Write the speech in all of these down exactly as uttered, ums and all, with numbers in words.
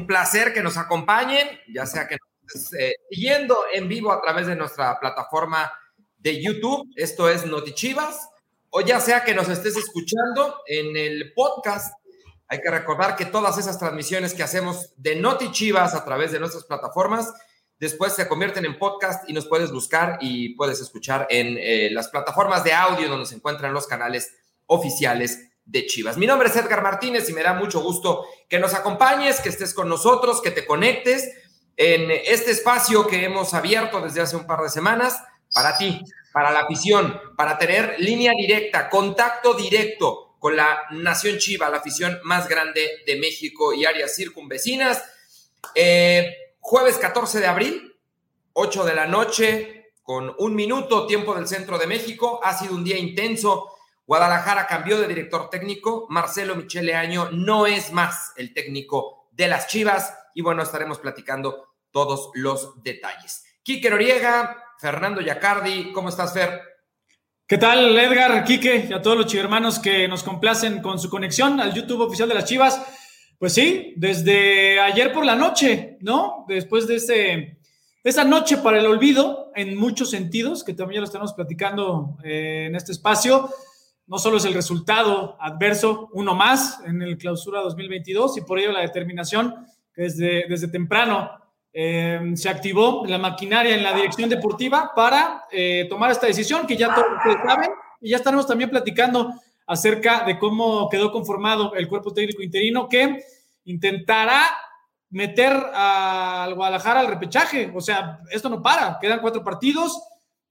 placer que nos acompañen, ya sea que nos estés eh, siguiendo en vivo a través de nuestra plataforma de YouTube, esto es NotiChivas, o ya sea que nos estés escuchando en el podcast. Hay que recordar que todas esas transmisiones que hacemos de NotiChivas a través de nuestras plataformas después se convierten en podcast y nos puedes buscar y puedes escuchar en eh, las plataformas de audio donde se encuentran los canales oficiales de Chivas. Mi nombre es Edgar Martínez y me da mucho gusto que nos acompañes, que estés con nosotros, que te conectes en este espacio que hemos abierto desde hace un par de semanas para ti, para la afición, para tener línea directa, contacto directo con la Nación Chiva, la afición más grande de México y áreas circunvecinas. Eh, Jueves catorce de abril, ocho de la noche, con un minuto, tiempo del centro de México. Ha sido un día intenso. Guadalajara cambió de director técnico. Marcelo Michele Año no es más el técnico de las Chivas. Y bueno, estaremos platicando todos los detalles. Quique Noriega, Fernando Yacardi, ¿cómo estás, Fer? ¿Qué tal, Edgar, Quique y a todos los chivermanos que nos complacen con su conexión al YouTube oficial de las Chivas? Pues sí, desde ayer por la noche, ¿no? Después de ese, esa noche para el olvido, en muchos sentidos, que también ya lo estamos platicando eh, en este espacio. No solo es el resultado adverso, uno más en el clausura dos mil veintidós, y por ello la determinación que desde, desde temprano eh, se activó la maquinaria en la dirección deportiva para eh, tomar esta decisión, que ya todos ustedes saben, y ya estaremos también platicando acerca de cómo quedó conformado el cuerpo técnico interino, que intentará meter al Guadalajara al repechaje. O sea, esto no para, quedan cuatro partidos,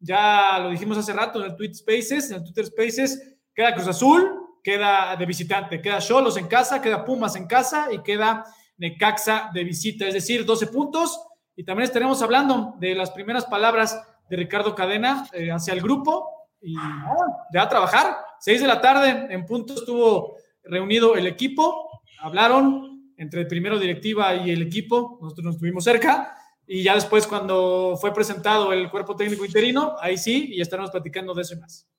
ya lo dijimos hace rato en el Twitter Spaces, en el Twitter Spaces, queda Cruz Azul, queda de visitante, queda Xolos en casa, queda Pumas en casa y queda Necaxa de visita, es decir, doce puntos, y también estaremos hablando de las primeras palabras de Ricardo Cadena eh, hacia el grupo, y ya a trabajar. Seis de la tarde en punto estuvo reunido el equipo, hablaron entre el primero directiva y el equipo, nosotros nos estuvimos cerca, y ya después cuando fue presentado el cuerpo técnico interino, ahí sí, y estaremos platicando de eso y más.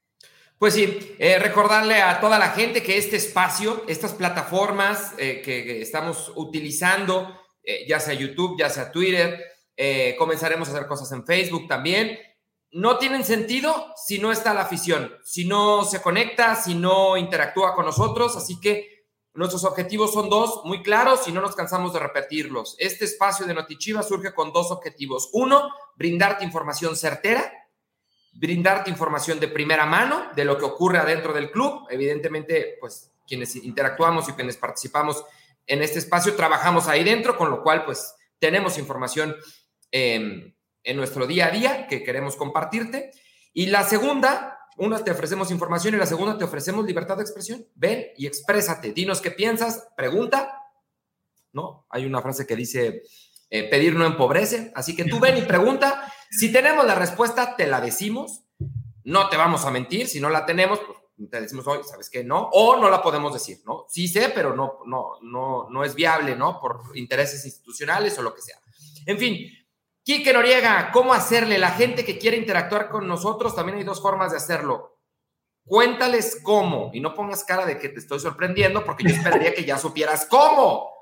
Pues sí, eh, recordarle a toda la gente que este espacio, estas plataformas eh, que, que estamos utilizando, eh, ya sea YouTube, ya sea Twitter, eh, comenzaremos a hacer cosas en Facebook también, no tienen sentido si no está la afición, si no se conecta, si no interactúa con nosotros, así que nuestros objetivos son dos, muy claros, y no nos cansamos de repetirlos. Este espacio de NotiChivas surge con dos objetivos. Uno, brindarte información certera, brindarte información de primera mano de lo que ocurre adentro del club. Evidentemente, pues quienes interactuamos y quienes participamos en este espacio trabajamos ahí dentro, con lo cual pues tenemos información eh, en nuestro día a día que queremos compartirte. Y la segunda, una, te ofrecemos información, y la segunda, te ofrecemos libertad de expresión. Ven y exprésate, dinos qué piensas, pregunta, ¿no? Hay una frase que dice, eh, pedir no empobrece, así que tú ven y pregunta. Si tenemos la respuesta, te la decimos, no te vamos a mentir. Si no la tenemos, pues te decimos hoy, ¿sabes qué? No, o no la podemos decir, ¿no? Sí sé, pero no, no, no, no es viable, ¿no? Por intereses institucionales o lo que sea. En fin, Quique Noriega, ¿cómo hacerle? La gente que quiere interactuar con nosotros, también hay dos formas de hacerlo. Cuéntales cómo, y no pongas cara de que te estoy sorprendiendo, porque yo esperaría que ya supieras cómo.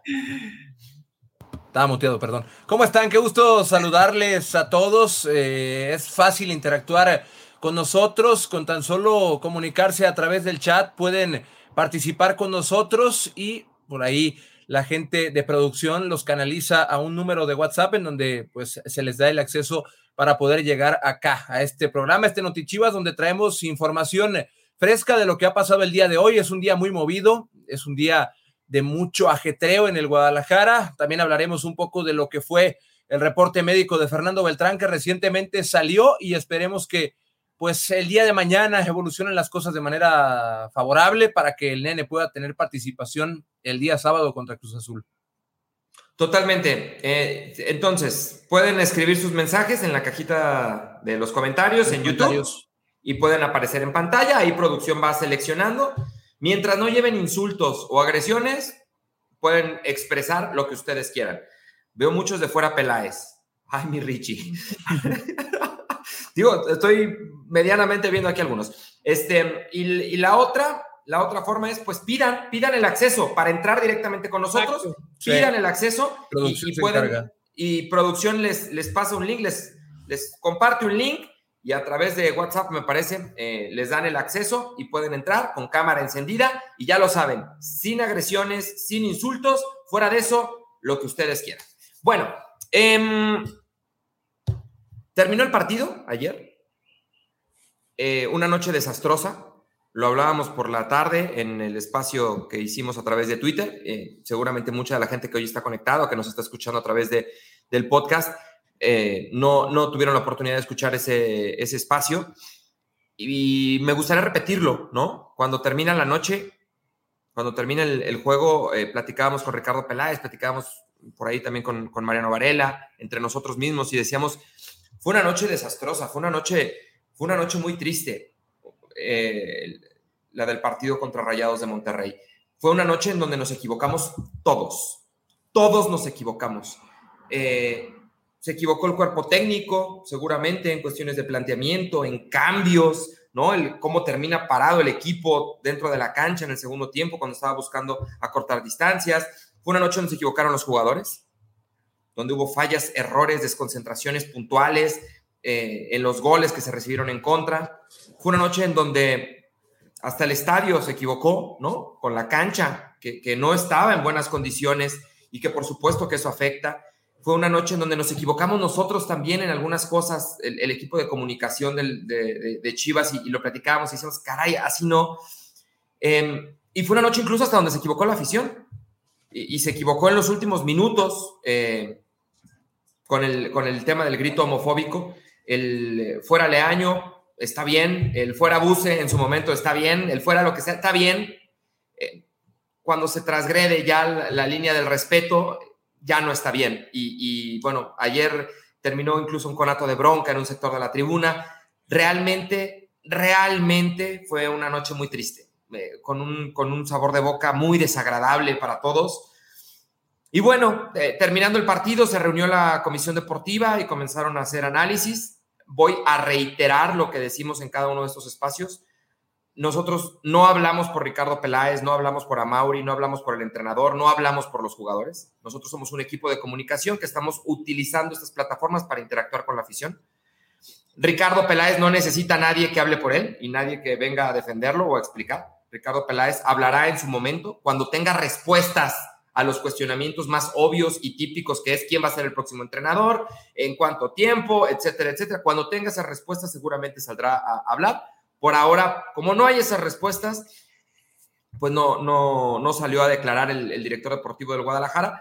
Estaba muteado, perdón. ¿Cómo están? Qué gusto saludarles a todos. Eh, es fácil interactuar con nosotros, con tan solo comunicarse a través del chat. Pueden participar con nosotros y por ahí la gente de producción los canaliza a un número de WhatsApp en donde pues se les da el acceso para poder llegar acá, a este programa, este NotiChivas, donde traemos información fresca de lo que ha pasado el día de hoy. Es un día muy movido, es un día de mucho ajetreo en el Guadalajara. También hablaremos un poco de lo que fue el reporte médico de Fernando Beltrán, que recientemente salió, y esperemos que pues el día de mañana evolucionen las cosas de manera favorable para que el nene pueda tener participación el día sábado contra Cruz Azul. Totalmente. Eh, entonces, pueden escribir sus mensajes en la cajita de los comentarios en YouTube y pueden aparecer en pantalla. Ahí producción va seleccionando. Mientras no lleven insultos o agresiones, pueden expresar lo que ustedes quieran. Veo muchos de fuera Peláez. Ay, mi Richie. Digo, estoy medianamente viendo aquí algunos. Este, y, y la otra, la otra forma es, pues pidan, pidan el acceso para entrar directamente con nosotros, Exacto. pidan Sí. el acceso Producción y, y se pueden, encarga. y producción les, les pasa un link, les, les comparte un link y a través de WhatsApp, me parece, eh, les dan el acceso y pueden entrar con cámara encendida y ya lo saben, sin agresiones, sin insultos, fuera de eso, lo que ustedes quieran. Bueno, eh, terminó el partido ayer, eh, una noche desastrosa, lo hablábamos por la tarde en el espacio que hicimos a través de Twitter, eh, seguramente mucha de la gente que hoy está conectada, que nos está escuchando a través de, del podcast, eh, no, no tuvieron la oportunidad de escuchar ese, ese espacio y me gustaría repetirlo, ¿no? Cuando termina la noche, cuando termina el, el juego, eh, platicábamos con Ricardo Peláez, platicábamos por ahí también con, con Mariano Varela, entre nosotros mismos y decíamos, fue una noche desastrosa, fue una noche, fue una noche muy triste. Eh, la del partido contra Rayados de Monterrey. Fue una noche en donde nos equivocamos todos. Todos nos equivocamos. Eh, se equivocó el cuerpo técnico, seguramente en cuestiones de planteamiento, en cambios, ¿no? El, cómo termina parado el equipo dentro de la cancha en el segundo tiempo cuando estaba buscando acortar distancias. Fue una noche donde se equivocaron los jugadores, donde hubo fallas, errores, desconcentraciones puntuales, eh, en los goles que se recibieron en contra. Fue una noche en donde hasta el estadio se equivocó, ¿no? Con la cancha, que, que no estaba en buenas condiciones y que por supuesto que eso afecta. Fue una noche en donde nos equivocamos nosotros también en algunas cosas, el, el equipo de comunicación del, de, de, de Chivas, y, y lo platicábamos y decíamos, caray, así no. Eh, y fue una noche incluso hasta donde se equivocó la afición y, y se equivocó en los últimos minutos eh, con, el, con el tema del grito homofóbico, el fuera Leaño, está bien, el fuera Buse en su momento está bien, el fuera lo que sea, está bien. Eh, cuando se transgrede ya la, la línea del respeto, ya no está bien. Y, y bueno, ayer terminó incluso un conato de bronca en un sector de la tribuna. Realmente, realmente fue una noche muy triste, eh, con, un, con un sabor de boca muy desagradable para todos. Y bueno, eh, terminando el partido, se reunió la comisión deportiva y comenzaron a hacer análisis. Voy a reiterar lo que decimos en cada uno de estos espacios. Nosotros no hablamos por Ricardo Peláez, no hablamos por Amauri, no hablamos por el entrenador, no hablamos por los jugadores. Nosotros somos un equipo de comunicación que estamos utilizando estas plataformas para interactuar con la afición. Ricardo Peláez no necesita a nadie que hable por él y nadie que venga a defenderlo o a explicar. Ricardo Peláez hablará en su momento cuando tenga respuestas a los cuestionamientos más obvios y típicos, que es quién va a ser el próximo entrenador, en cuánto tiempo, etcétera, etcétera. Cuando tenga esas respuestas seguramente saldrá a hablar. Por ahora, como no hay esas respuestas, pues no, no, no salió a declarar el, el director deportivo del Guadalajara.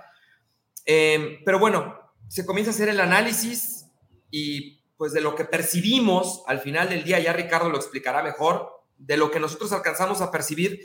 Eh, pero bueno, se comienza a hacer el análisis y pues de lo que percibimos al final del día, ya Ricardo lo explicará mejor, de lo que nosotros alcanzamos a percibir,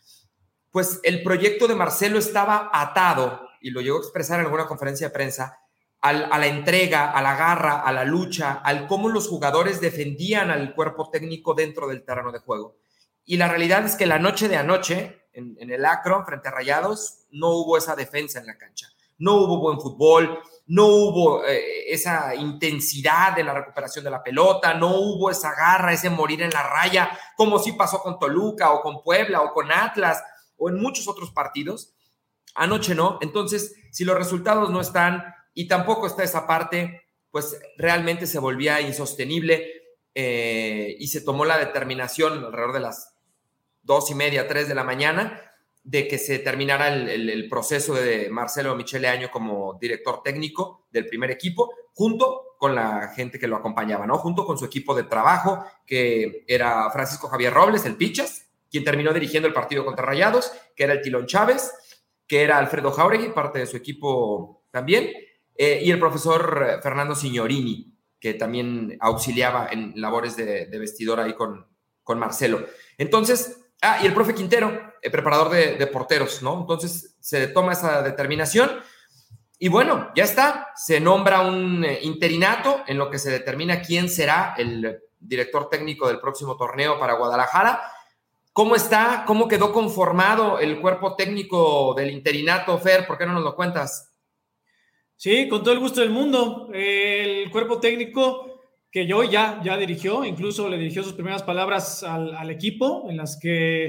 pues el proyecto de Marcelo estaba atado, y lo llegó a expresar en alguna conferencia de prensa, al, a la entrega, a la garra, a la lucha, al cómo los jugadores defendían al cuerpo técnico dentro del terreno de juego. Y la realidad es que la noche de anoche, en, en el Akron, frente a Rayados, no hubo esa defensa en la cancha. No hubo buen fútbol, no hubo eh, esa intensidad en la recuperación de la pelota, no hubo esa garra, ese morir en la raya, como sí pasó con Toluca o con Puebla o con Atlas, o en muchos otros partidos. Anoche no. Entonces, si los resultados no están y tampoco está esa parte, pues realmente se volvía insostenible eh, y se tomó la determinación alrededor de las dos y media, tres de la mañana, de que se terminara el, el, el proceso de Marcelo Michel Leaño como director técnico del primer equipo, junto con la gente que lo acompañaba, ¿no? Junto con su equipo de trabajo, que era Francisco Javier Robles, el Pichas, quien terminó dirigiendo el partido contra Rayados, que era el Tilón Chávez, que era Alfredo Jauregui, parte de su equipo también, eh, y el profesor Fernando Signorini, que también auxiliaba en labores de, de vestidor ahí con, con Marcelo. Entonces, ah, y el profe Quintero, el preparador de, de porteros, ¿no? Entonces, se toma esa determinación y bueno, ya está, se nombra un interinato en lo que se determina quién será el director técnico del próximo torneo para Guadalajara. ¿Cómo está? ¿Cómo quedó conformado el cuerpo técnico del interinato, Fer? ¿Por qué no nos lo cuentas? Sí, con todo el gusto del mundo. El cuerpo técnico que yo ya, ya dirigió, incluso le dirigió sus primeras palabras al, al equipo, en las que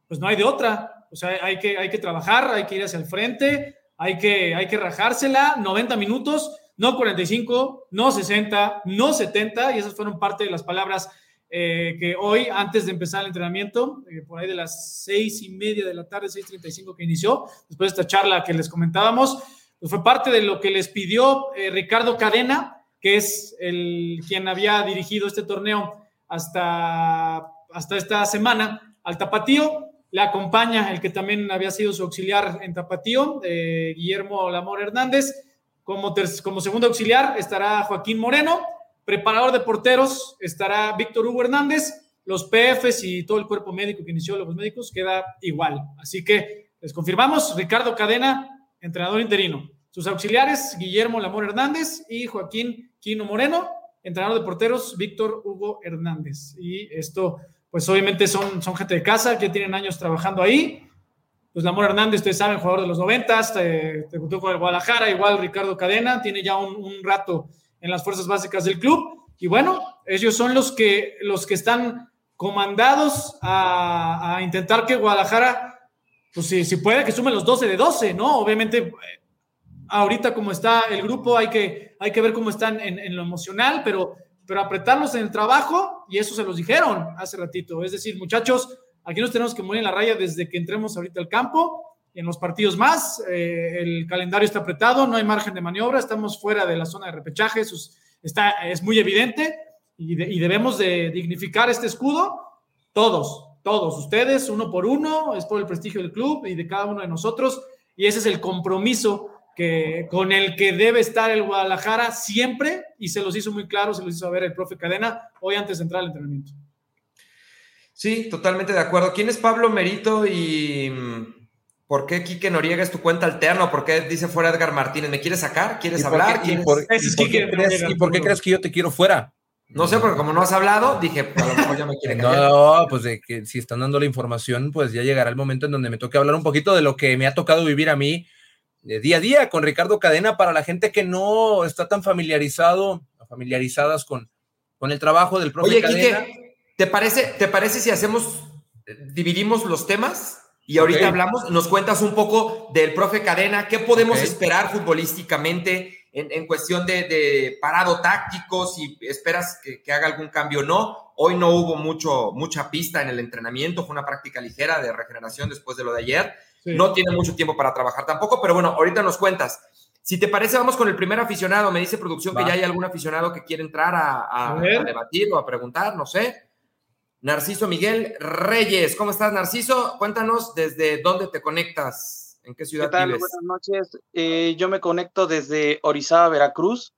pues no hay de otra. O sea, hay que, hay que trabajar, hay que ir hacia el frente, hay que, hay que rajársela, noventa minutos, no cuarenta y cinco, no sesenta, no setenta, y esas fueron parte de las palabras eh, que hoy, antes de empezar el entrenamiento, eh, por ahí de las seis y media de la tarde, seis treinta y cinco que inició, después de esta charla que les comentábamos, pues fue parte de lo que les pidió eh, Ricardo Cadena, que es el quien había dirigido este torneo hasta, hasta esta semana al Tapatío. Le acompaña el que también había sido su auxiliar en Tapatío, eh, Guillermo Lamor Hernández. Como, ter- como segundo auxiliar estará Joaquín Moreno. Preparador de porteros estará Víctor Hugo Hernández. Los P Fs y todo el cuerpo médico que inició los médicos queda igual. Así que les confirmamos, Ricardo Cadena, entrenador interino. Sus auxiliares, Guillermo Lamor Hernández y Joaquín Quino Moreno. Entrenador de porteros, Víctor Hugo Hernández. Y esto... pues obviamente son, son gente de casa que tienen años trabajando ahí. Pues Lamor Hernández, ustedes saben, jugador de los noventas, te, te juntó con el Guadalajara, igual Ricardo Cadena, tiene ya un, un rato en las fuerzas básicas del club. Y bueno, ellos son los que, los que están comandados a, a intentar que Guadalajara, pues si, si puede, que sume los doce de doce, ¿no? Obviamente, ahorita como está el grupo, hay que, hay que ver cómo están en, en lo emocional, pero... pero apretarlos en el trabajo, y eso se los dijeron hace ratito. Es decir, muchachos, aquí nos tenemos que morir en la raya desde que entremos ahorita al campo, y en los partidos más, eh, el calendario está apretado, no hay margen de maniobra, estamos fuera de la zona de repechaje, eso es, está, es muy evidente, y, de, y debemos de dignificar este escudo, todos, todos, ustedes, uno por uno, es por el prestigio del club y de cada uno de nosotros, y ese es el compromiso que, con el que debe estar el Guadalajara siempre, y se los hizo muy claro, se los hizo ver el profe Cadena hoy antes de entrar al entrenamiento. Sí, totalmente de acuerdo. ¿Quién es Pablo Merito y por qué Quique Noriega es tu cuenta alterna? ¿Por qué dice fuera Edgar Martínez? ¿Me quieres sacar? ¿Quieres hablar? ¿Y por, ¿y por qué, crees, ¿y por qué crees que yo te quiero fuera? No sé, porque como no has hablado, dije, a lo mejor ya me quiere cambiar. No, pues de que si están dando la información, pues ya llegará el momento en donde me toque hablar un poquito de lo que me ha tocado vivir a mí de día a día con Ricardo Cadena, para la gente que no está tan familiarizado, familiarizadas con, con el trabajo del profe Oye, Cadena. Quique, ¿te parece, ¿te parece si hacemos, dividimos los temas y ahorita okay. hablamos, nos cuentas un poco del profe Cadena, qué podemos okay. esperar futbolísticamente en, en cuestión de, de parado táctico, si esperas que, que haga algún cambio o no? Hoy no hubo mucho, mucha pista en el entrenamiento, fue una práctica ligera de regeneración después de lo de ayer. Sí. No tiene mucho tiempo para trabajar tampoco, pero bueno, ahorita nos cuentas. Si te parece, vamos con el primer aficionado. Me dice producción Va. que ya hay algún aficionado que quiere entrar a, a, a, a debatir o a preguntar, no sé. Narciso Miguel Reyes. ¿Cómo estás, Narciso? Cuéntanos desde dónde te conectas, en qué ciudad ¿Qué tal? vives. Buenas noches. Eh, yo me conecto desde Orizaba, Veracruz.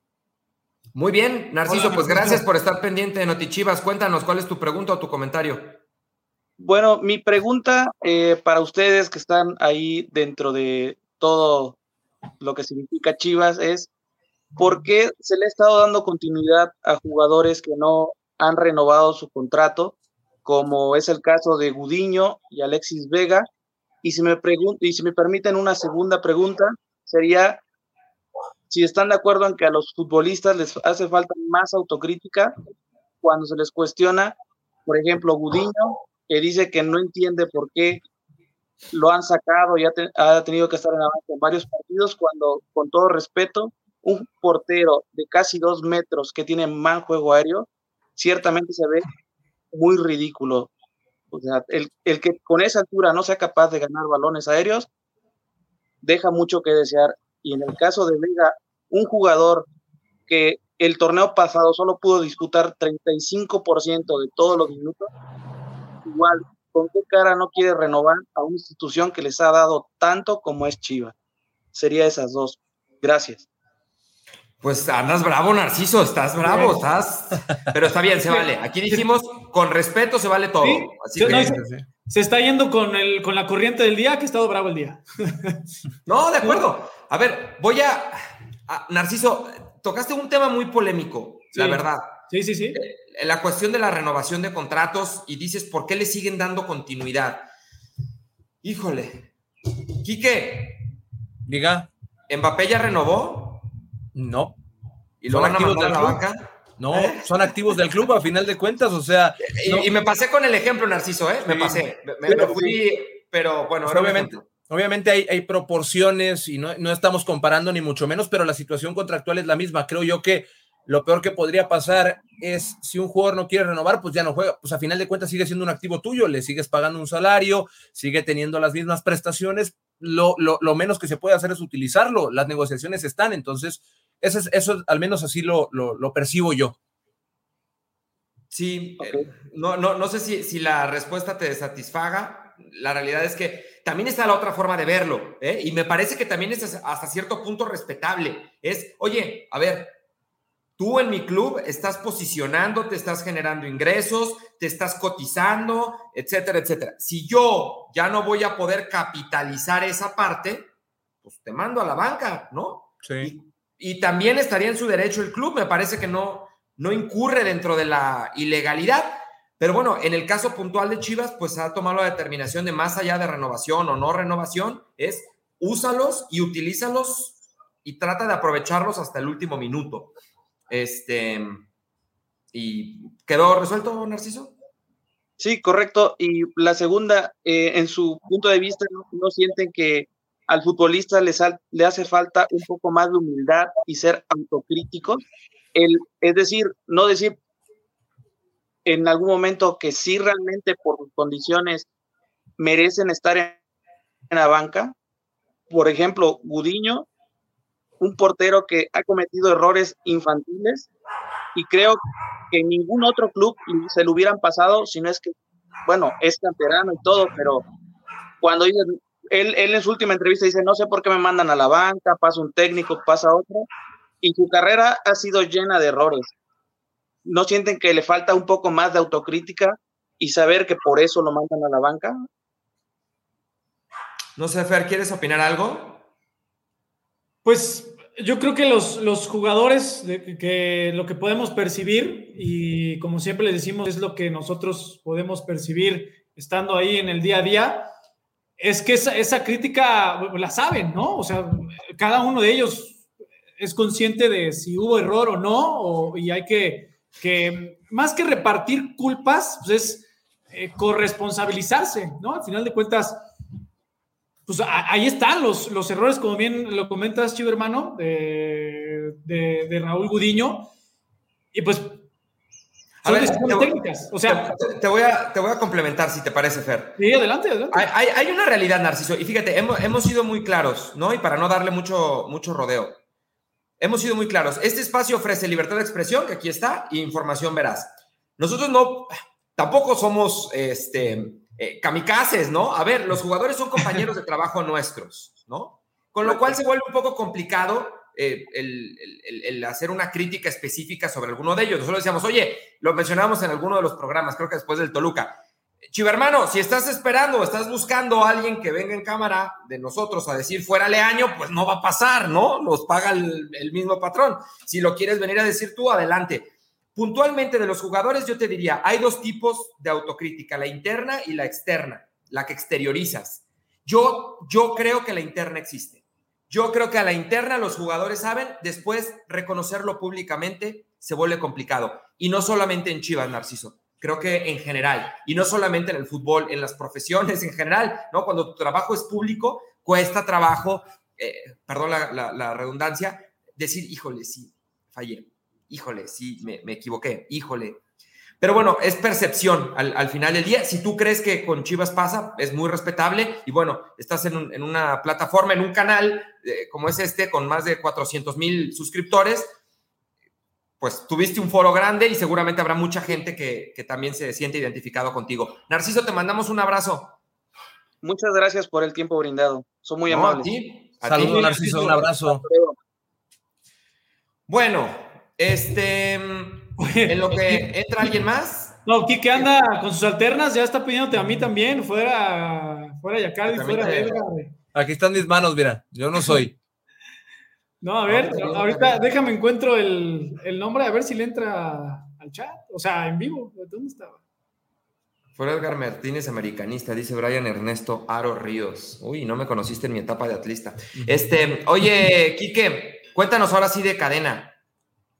Muy bien, Narciso, Hola, pues gracias por estar pendiente de Notichivas. Cuéntanos, ¿cuál es tu pregunta o tu comentario? Bueno, mi pregunta eh, para ustedes que están ahí dentro de todo lo que significa Chivas es ¿por qué se le ha estado dando continuidad a jugadores que no han renovado su contrato, como es el caso de Gudiño y Alexis Vega? Y si me pregun- y si me permiten una segunda pregunta, sería si están de acuerdo en que a los futbolistas les hace falta más autocrítica cuando se les cuestiona, por ejemplo, Gudiño, que dice que no entiende por qué lo han sacado y ha, te, ha tenido que estar en la banca en varios partidos, cuando, con todo respeto, un portero de casi dos metros que tiene mal juego aéreo, ciertamente se ve muy ridículo. O sea, el, el que con esa altura no sea capaz de ganar balones aéreos, deja mucho que desear. Y en el caso de Vega, un jugador que el torneo pasado solo pudo disputar treinta y cinco por ciento de todos los minutos, igual, ¿con qué cara no quiere renovar a una institución que les ha dado tanto como es Chivas? Sería esas dos. Gracias. Pues andas bravo, Narciso, estás bravo, estás... Pero está bien, se vale. Aquí dijimos, con respeto se vale todo. Sí, Así no, que... se, se está yendo con, el, con la corriente del día, que ha estado bravo el día. No, de acuerdo. A ver, voy a... a Narciso, tocaste un tema muy polémico, sí, la verdad. Sí, sí, sí. Eh, la cuestión de la renovación de contratos, y dices, ¿por qué le siguen dando continuidad? Híjole. Quique. Diga. ¿Mbappé ya renovó? No. ¿Y lo van a mandar a la banca? No, son activos del club a final de cuentas, o sea. Y, no. y me pasé con el ejemplo, Narciso, ¿eh? Me sí. pasé. Me, me fui, pero bueno, pues obviamente. Obviamente hay, hay proporciones y no, no estamos comparando ni mucho menos, pero la situación contractual es la misma. Creo yo que lo peor que podría pasar es si un jugador no quiere renovar, pues ya no juega. Pues a final de cuentas sigue siendo un activo tuyo, le sigues pagando un salario, sigue teniendo las mismas prestaciones. Lo, lo, lo menos que se puede hacer es utilizarlo. Las negociaciones están, entonces eso, es, eso al menos así lo, lo, lo percibo yo. Sí, okay. eh, no, no, no sé si, si la respuesta te satisfaga. La realidad es que también está la otra forma de verlo, ¿eh? Y me parece que también es hasta cierto punto respetable. Es, oye, a ver, tú en mi club estás posicionando, te estás generando ingresos, te estás cotizando, etcétera, etcétera. Si yo ya no voy a poder capitalizar esa parte, pues te mando a la banca, ¿no? Sí. Y, y también estaría en su derecho el club, me parece que no, no incurre dentro de la ilegalidad. Pero bueno, en el caso puntual de Chivas, pues ha tomado la determinación de más allá de renovación o no renovación, es úsalos y utilízalos y trata de aprovecharlos hasta el último minuto. Este, ¿y quedó resuelto, Narciso? Sí, correcto. Y la segunda, eh, en su punto de vista, ¿no, no sienten que al futbolista le, sal, le hace falta un poco más de humildad y ser autocríticos? El, es decir, no decir en algún momento que sí realmente por sus condiciones merecen estar en, en la banca. Por ejemplo, Gudiño, un portero que ha cometido errores infantiles y creo que ningún otro club se lo hubieran pasado, si no es que, bueno, es canterano y todo, pero cuando dice, él, él en su última entrevista dice, no sé por qué me mandan a la banca, pasa un técnico, pasa otro, y su carrera ha sido llena de errores. ¿No sienten que le falta un poco más de autocrítica y saber que por eso lo mandan a la banca? No sé, Fer, ¿quieres opinar algo? Pues yo creo que los, los jugadores, de, que lo que podemos percibir, y como siempre les decimos, es lo que nosotros podemos percibir estando ahí en el día a día, es que esa, esa crítica la saben, ¿no? O sea, cada uno de ellos es consciente de si hubo error o no, o, y hay que... que más que repartir culpas, pues es eh, corresponsabilizarse, ¿no? Al final de cuentas, pues a, ahí están los, los errores, como bien lo comentas, Chivo hermano, de, de, de Raúl Gudiño, y pues son a ver, decisiones te, técnicas. O sea, te, te, voy a, te voy a complementar, si te parece, Fer. Sí, adelante, adelante. Hay, hay, hay una realidad, Narciso, y fíjate, hemos, hemos sido muy claros, ¿no? Y para no darle mucho, mucho rodeo. Hemos sido muy claros. Este espacio ofrece libertad de expresión, que aquí está, y información veraz. Nosotros no, tampoco somos este, eh, kamikazes, ¿no? A ver, los jugadores son compañeros de trabajo nuestros, ¿no? Con lo cual se vuelve un poco complicado eh, el, el, el hacer una crítica específica sobre alguno de ellos. Nosotros decíamos, oye, lo mencionamos en alguno de los programas, creo que después del Toluca. Chivo hermano, si estás esperando o estás buscando a alguien que venga en cámara de nosotros a decir fuera Leaño, pues no va a pasar, ¿no? Los paga el, el mismo patrón. Si lo quieres venir a decir tú, adelante. Puntualmente de los jugadores, yo te diría, hay dos tipos de autocrítica, la interna y la externa, la que exteriorizas. Yo, yo creo que la interna existe. Yo creo que a la interna los jugadores saben, después reconocerlo públicamente se vuelve complicado. Y no solamente en Chivas, Narciso. Creo que en general, y no solamente en el fútbol, en las profesiones en general, ¿no? Cuando tu trabajo es público, cuesta trabajo, eh, perdón la, la, la redundancia, decir, híjole, sí, fallé, híjole, sí, me, me equivoqué, híjole. Pero bueno, es percepción al, al final del día. Si tú crees que con Chivas pasa, es muy respetable, y bueno, estás en, un, en una plataforma, en un canal eh, como es este, con más de cuatrocientos mil suscriptores, pues tuviste un foro grande y seguramente habrá mucha gente que, que también se siente identificado contigo. Narciso, te mandamos un abrazo. Muchas gracias por el tiempo brindado. Son muy no, amables. A ti. A Saludos, ti, Narciso, un abrazo. Bueno, este, en lo que entra alguien más. No, Quique anda con sus alternas, ya está pidiéndote a mí también, fuera, fuera Yacardi, fuera te... Edgar. Aquí están mis manos, mira, yo no soy. No, a ver, no, ahorita déjame encuentro el, el nombre, a ver si le entra al chat, o sea, en vivo. ¿Dónde estaba? Fuera Edgar Martínez, americanista, dice Brian Ernesto Aro Ríos. Uy, no me conociste en mi etapa de atlista. Este, oye, Quique, cuéntanos ahora sí de cadena.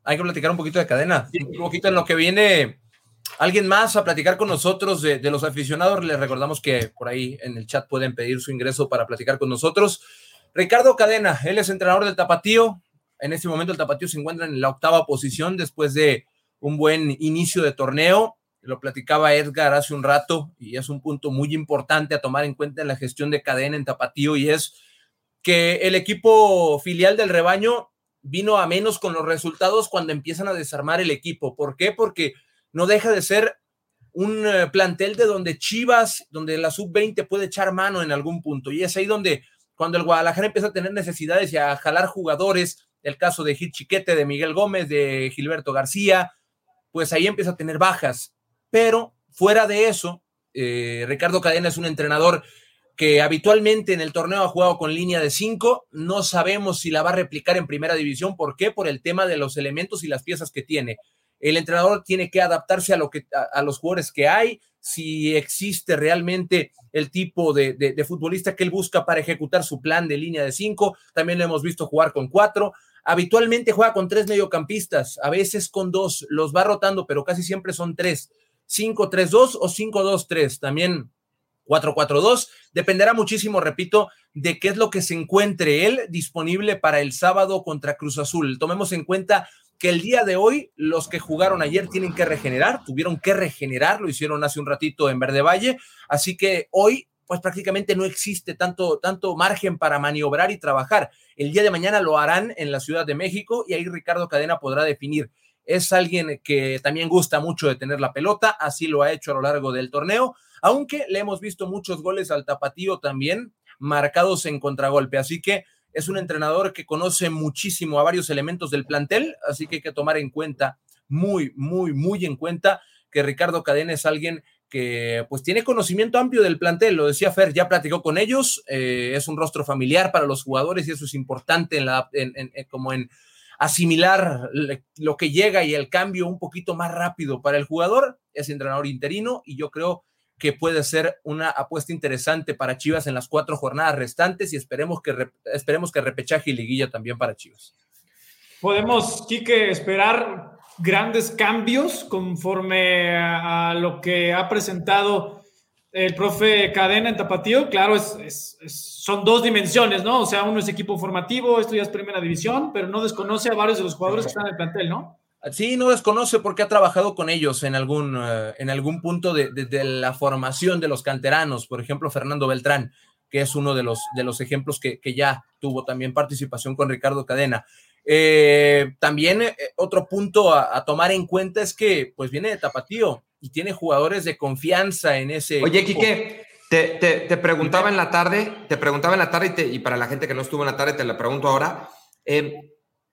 hay que platicar un poquito de Cadena, un poquito en lo que viene alguien más a platicar con nosotros de, de los aficionados. Les recordamos que por ahí en el chat pueden pedir su ingreso para platicar con nosotros. Ricardo Cadena, él es entrenador del Tapatío. En este momento el Tapatío se encuentra en la octava posición después de un buen inicio de torneo. Lo platicaba Edgar hace un rato y es un punto muy importante a tomar en cuenta en la gestión de Cadena en Tapatío, y es que el equipo filial del Rebaño vino a menos con los resultados cuando empiezan a desarmar el equipo. ¿Por qué? Porque no deja de ser un uh, plantel de donde Chivas, donde la sub veinte puede echar mano en algún punto, y es ahí donde cuando el Guadalajara empieza a tener necesidades y a jalar jugadores, el caso de Gil Chiquete, de Miguel Gómez, de Gilberto García, pues ahí empieza a tener bajas. Pero fuera de eso, eh, Ricardo Cadena es un entrenador que habitualmente en el torneo ha jugado con línea de cinco. No sabemos si la va a replicar en primera división. ¿Por qué? Por el tema de los elementos y las piezas que tiene. El entrenador tiene que adaptarse a, lo que, a, a los jugadores que hay, si existe realmente el tipo de, de, de futbolista que él busca para ejecutar su plan de línea de cinco. También lo hemos visto jugar con cuatro. Habitualmente juega con tres mediocampistas, a veces con dos, los va rotando, pero casi siempre son tres. cinco tres dos o cinco dos tres, también cuatro cuatro dos, dependerá muchísimo, repito, de qué es lo que se encuentre él disponible para el sábado contra Cruz Azul. Tomemos en cuenta que el día de hoy, los que jugaron ayer tienen que regenerar, tuvieron que regenerar, lo hicieron hace un ratito en Verde Valle, así que hoy pues prácticamente no existe tanto, tanto margen para maniobrar y trabajar. El día de mañana lo harán en la Ciudad de México y ahí Ricardo Cadena podrá definir. Es alguien que también gusta mucho de tener la pelota, así lo ha hecho a lo largo del torneo, aunque le hemos visto muchos goles al Tapatío también, marcados en contragolpe, así que es un entrenador que conoce muchísimo a varios elementos del plantel, así que hay que tomar en cuenta, muy, muy, muy en cuenta, que Ricardo Cadena es alguien que pues tiene conocimiento amplio del plantel, lo decía Fer, ya platicó con ellos, eh, es un rostro familiar para los jugadores y eso es importante en la, en, en, en, como en asimilar lo que llega y el cambio un poquito más rápido para el jugador. Es entrenador interino y yo creo que puede ser una apuesta interesante para Chivas en las cuatro jornadas restantes y esperemos que, esperemos que repechaje y liguilla también para Chivas. Podemos, Quique, esperar grandes cambios conforme a, a lo que ha presentado el profe Cadena en Tapatío. Claro, es, es, es, son dos dimensiones, ¿no? O sea, uno es equipo formativo, esto ya es primera división, pero no desconoce a varios de los jugadores que están en el plantel, ¿no? Sí, no desconoce porque ha trabajado con ellos en algún, uh, en algún punto de, de, de la formación de los canteranos. Por ejemplo, Fernando Beltrán, que es uno de los, de los ejemplos que, que ya tuvo también participación con Ricardo Cadena. Eh, también eh, otro punto a, a tomar en cuenta es que pues viene de Tapatío y tiene jugadores de confianza en ese Oye, equipo. Quique, te, te, te preguntaba en la tarde, te preguntaba en la tarde y, te, y para la gente que no estuvo en la tarde te la pregunto ahora. Eh,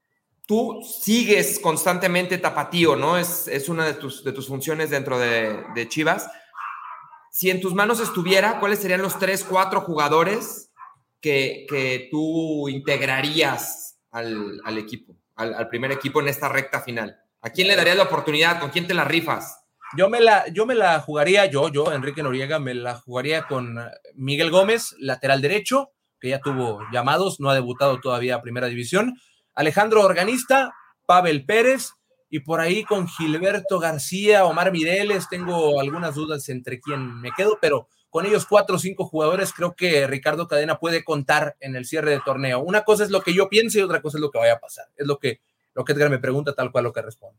tú sigues constantemente Tapatío, ¿no? Es, es una de tus, de tus funciones dentro de, de Chivas. Si en tus manos estuviera, ¿cuáles serían los tres, cuatro jugadores que, que tú integrarías al, al equipo, al, al primer equipo en esta recta final? ¿A quién le darías la oportunidad? ¿Con quién te la rifas? Yo me la, yo me la jugaría, yo, yo, Enrique Noriega, me la jugaría con Miguel Gómez, lateral derecho, que ya tuvo llamados, no ha debutado todavía a Primera División, Alejandro Organista, Pavel Pérez, y por ahí con Gilberto García, Omar Mireles, tengo algunas dudas entre quién me quedo, pero con ellos cuatro o cinco jugadores creo que Ricardo Cadena puede contar en el cierre de torneo. Una cosa es lo que yo pienso y otra cosa es lo que vaya a pasar. Es lo que, lo que Edgar me pregunta, tal cual lo que respondo.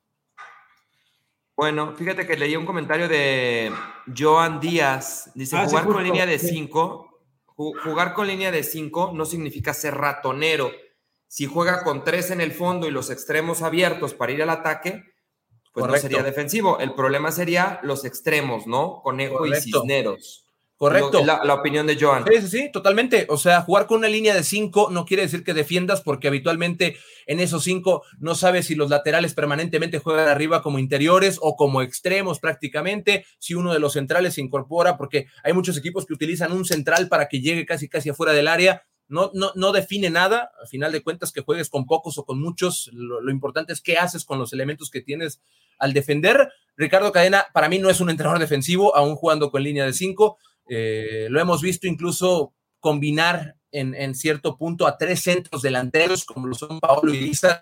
Bueno, fíjate que leí un comentario de Joan Díaz. Dice, ah, jugar sí, con línea de cinco, jugar con línea de cinco no significa ser ratonero. Si juega con tres en el fondo y los extremos abiertos para ir al ataque, pues Correcto. No sería defensivo. El problema sería los extremos, ¿no? Conejo Correcto. Y Cisneros. Correcto. La, la opinión de Joan. Sí, sí, sí, totalmente. O sea, jugar con una línea de cinco no quiere decir que defiendas, porque habitualmente en esos cinco no sabes si los laterales permanentemente juegan arriba como interiores o como extremos prácticamente, si uno de los centrales se incorpora, porque hay muchos equipos que utilizan un central para que llegue casi casi afuera del área. No, no, no define nada, al final de cuentas que juegues con pocos o con muchos, lo, lo importante es qué haces con los elementos que tienes al defender. Ricardo Cadena para mí no es un entrenador defensivo, aún jugando con línea de cinco. Eh, lo hemos visto incluso combinar en, en cierto punto a tres centros delanteros como lo son Paolo y Iza,